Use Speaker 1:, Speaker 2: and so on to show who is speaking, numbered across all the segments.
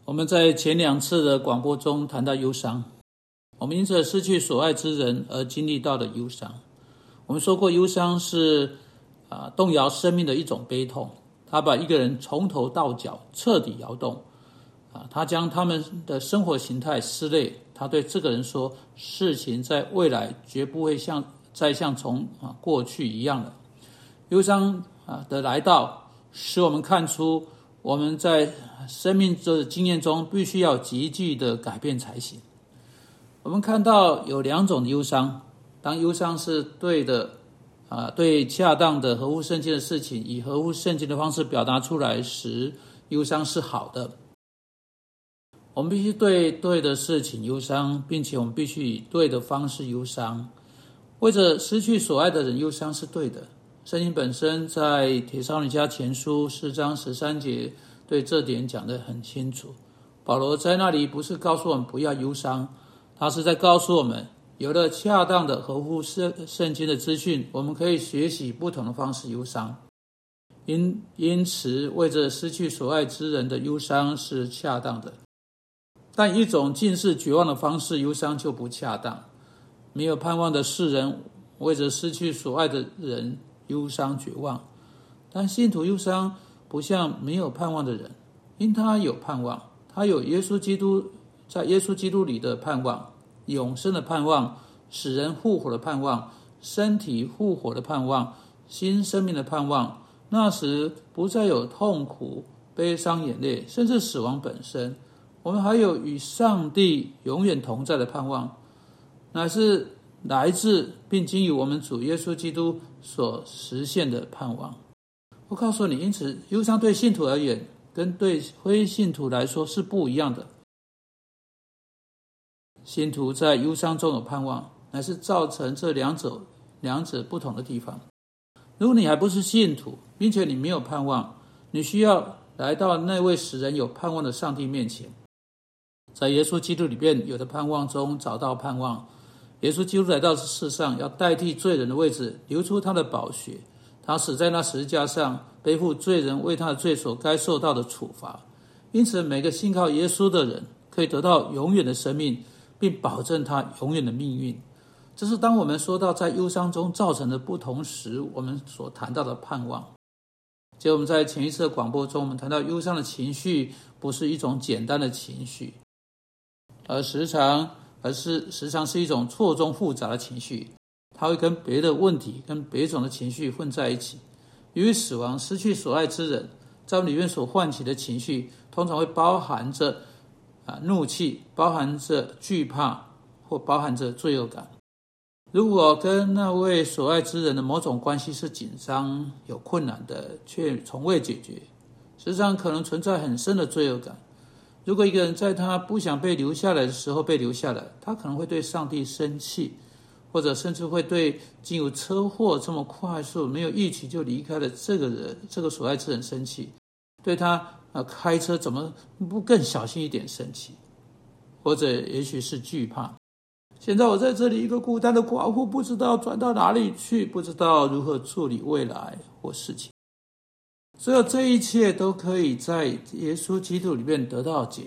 Speaker 1: 我们在前2次的广播中谈到忧伤，我们因此失去所爱之人而经历到的忧伤。我们说过，忧伤是动摇生命的一种悲痛，它把一个人从头到脚彻底摇动，他将他们的生活形态撕裂。他对这个人说，事情在未来绝不会再像从过去一样了。忧伤的来到，使我们看出我们在生命的经验中必须要急剧的改变才行。我们看到有2种忧伤，当忧伤是对的对恰当的合乎圣经的事情，以合乎圣经的方式表达出来时，忧伤是好的。我们必须对对的事情忧伤，并且我们必须以对的方式忧伤。为着失去所爱的人忧伤是对的。圣经本身在帖撒罗尼迦前书4章13节对这点讲得很清楚。保罗在那里不是告诉我们不要忧伤，他是在告诉我们，有了恰当的合乎圣经的资讯，我们可以学习不同的方式忧伤。因此为着失去所爱之人的忧伤是恰当的，但一种尽是绝望的方式忧伤就不恰当。没有盼望的世人为着失去所爱的人忧伤绝望，但信徒忧伤不像没有盼望的人，因他有盼望，他有耶稣基督，在耶稣基督里的盼望，永生的盼望，使人复活的盼望，身体复活的盼望，新生命的盼望。那时不再有痛苦、悲伤、眼泪，甚至死亡本身。我们还有与上帝永远同在的盼望，乃是来自并经由我们主耶稣基督所实现的盼望。我告诉你，因此忧伤对信徒而言跟对非信徒来说是不一样的。信徒在忧伤中有盼望，乃是造成这两者不同的地方。如果你还不是信徒，并且你没有盼望，你需要来到那位使人有盼望的上帝面前，在耶稣基督里面有的盼望中找到盼望。耶稣基督来到世上，要代替罪人的位置，流出他的宝血，他死在那十字架上，背负罪人为他的罪所该受到的处罚。因此每个信靠耶稣的人可以得到永远的生命，并保证他永远的命运。这是当我们说到在忧伤中造成的不同时，我们所谈到的盼望。接着我们在前一次的广播中，我们谈到忧伤的情绪不是一种简单的情绪，而时常是一种错综复杂的情绪，它会跟别的问题跟别种的情绪混在一起。由于死亡失去所爱之人，在我们里面所唤起的情绪通常会包含着怒气，包含着惧怕，或包含着罪恶感。如果跟那位所爱之人的某种关系是紧张有困难的，却从未解决，实际上可能存在很深的罪恶感。如果一个人在他不想被留下来的时候被留下来，他可能会对上帝生气，或者甚至会对经由车祸这么快速没有预期就离开了这个所爱之人生气，对他开车怎么不更小心一点生气，或者也许是惧怕。现在我在这里一个孤单的寡妇，不知道转到哪里去，不知道如何处理未来或事情。所有这一切都可以在耶稣基督里面得到解。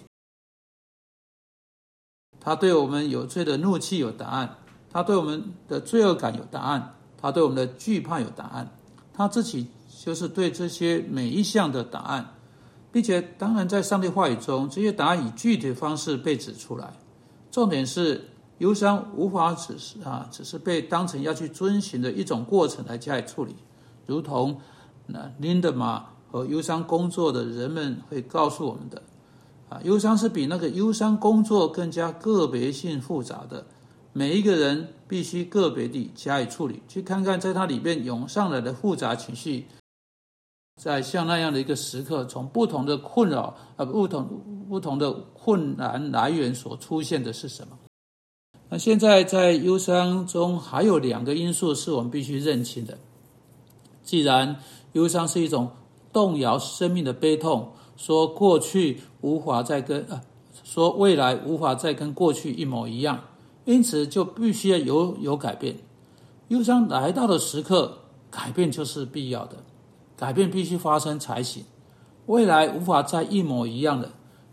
Speaker 1: 他对我们有罪的怒气有答案，他对我们的罪恶感有答案，他对我们的惧怕有答案，他自己就是对这些每一项的答案，并且当然在上帝话语中，这些答案以具体的方式被指出来。重点是忧伤无法只是被当成要去遵循的一种过程来加以处理，如同林德玛和忧伤工作的人们会告诉我们的。忧伤是比那个忧伤工作更加个别性复杂的，每一个人必须个别地加以处理，去看看在它里面涌上来的复杂情绪，在像那样的一个时刻，从不同的困扰不同的困难来源所出现的是什么。那现在在忧伤中还有2个因素是我们必须认清的。既然忧伤是一种动摇生命的悲痛，说未来无法再跟过去一模一样，因此就必须要有改变。忧伤来到的时刻，改变就是必要的，改变必须发生才行。未来无法再一模一样的，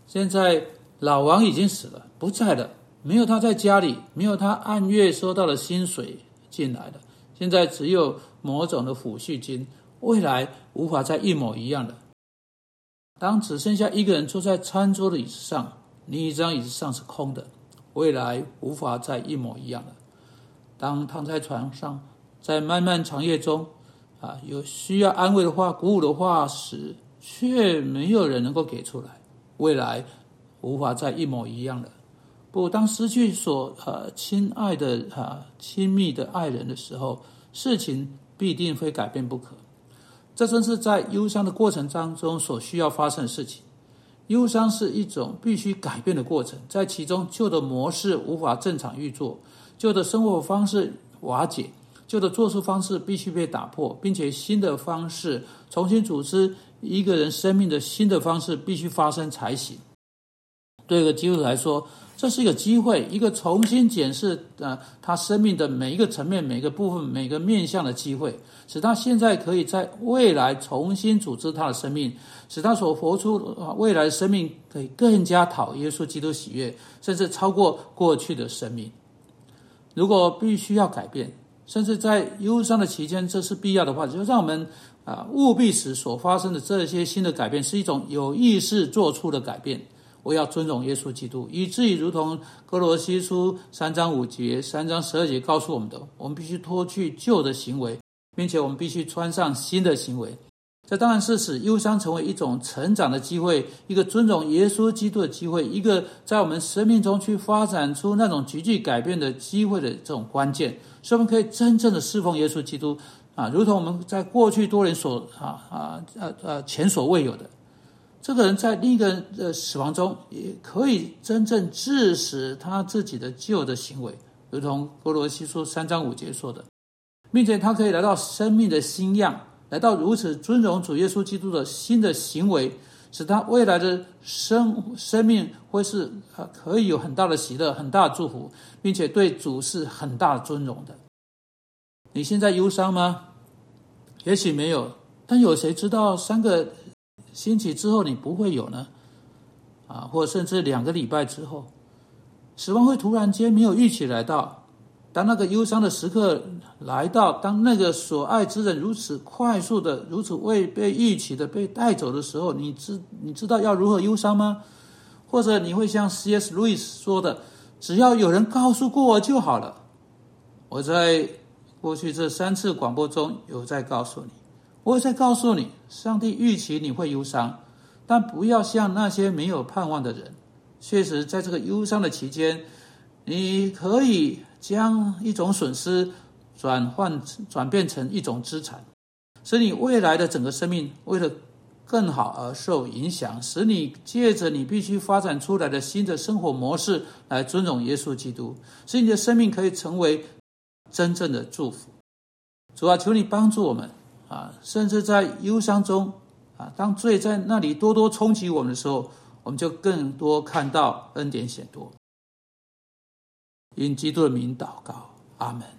Speaker 1: 现在老王已经死了，不在了，没有他在家里，没有他按月收到的薪水进来了，现在只有某种的抚恤金，未来无法再一模一样了。当只剩下一个人坐在餐桌的椅子上，另一张椅子上是空的，未来无法再一模一样了。当躺在床上，在漫漫长夜中有需要安慰的话、鼓舞的话时，却没有人能够给出来，未来无法再一模一样了。不，当失去所亲爱的亲密的爱人的时候，事情必定非改变不可。这正是在忧伤的过程当中所需要发生的事情。忧伤是一种必须改变的过程，在其中旧的模式无法正常运作，旧的生活方式瓦解，旧的做事方式必须被打破，并且新的方式重新组织一个人生命的新的方式必须发生才行。对一个基督徒来说，这是一个机会，一个重新检视他生命的每一个层面、每个部分、每个面向的机会，使他现在可以在未来重新组织他的生命，使他所活出未来的生命可以更加讨耶稣基督喜悦，甚至超过过去的生命。如果必须要改变，甚至在忧伤的期间这是必要的话，就让我们务必使所发生的这些新的改变是一种有意识做出的改变。我要尊荣耶稣基督，以至于如同哥罗西书3章5节、3章12节告诉我们的，我们必须脱去旧的行为，并且我们必须穿上新的行为。这当然是使忧伤成为一种成长的机会，一个尊荣耶稣基督的机会，一个在我们生命中去发展出那种急剧改变的机会的这种关键，所以我们可以真正的侍奉耶稣基督如同我们在过去多年前所未有的。这个人在另一个人的死亡中也可以真正致死他自己的旧的行为，如同哥罗西书3章5节说的，并且他可以来到生命的新样，来到如此尊荣主耶稣基督的新的行为，使他未来的生命会是可以有很大的喜乐、很大的祝福，并且对主是很大的尊荣的。你现在忧伤吗？也许没有，但有谁知道3个星期之后你不会有呢？或甚至2个礼拜之后，死亡会突然间没有预期来到。当那个忧伤的时刻来到，当那个所爱之人如此快速的、如此未被预期的被带走的时候，你知道要如何忧伤吗？或者你会像 C.S. Lewis 说的，只要有人告诉过我就好了。我在过去这3次广播中有在告诉你，我也在告诉你，上帝预期你会忧伤，但不要像那些没有盼望的人。确实在这个忧伤的期间，你可以将一种损失转变成一种资产，使你未来的整个生命为了更好而受影响，使你借着你必须发展出来的新的生活模式来尊荣耶稣基督，使你的生命可以成为真正的祝福。主啊，求你帮助我们甚至在忧伤中当罪在那里多多冲击我们的时候，我们就更多看到恩典显多。因基督的名祷告，阿们。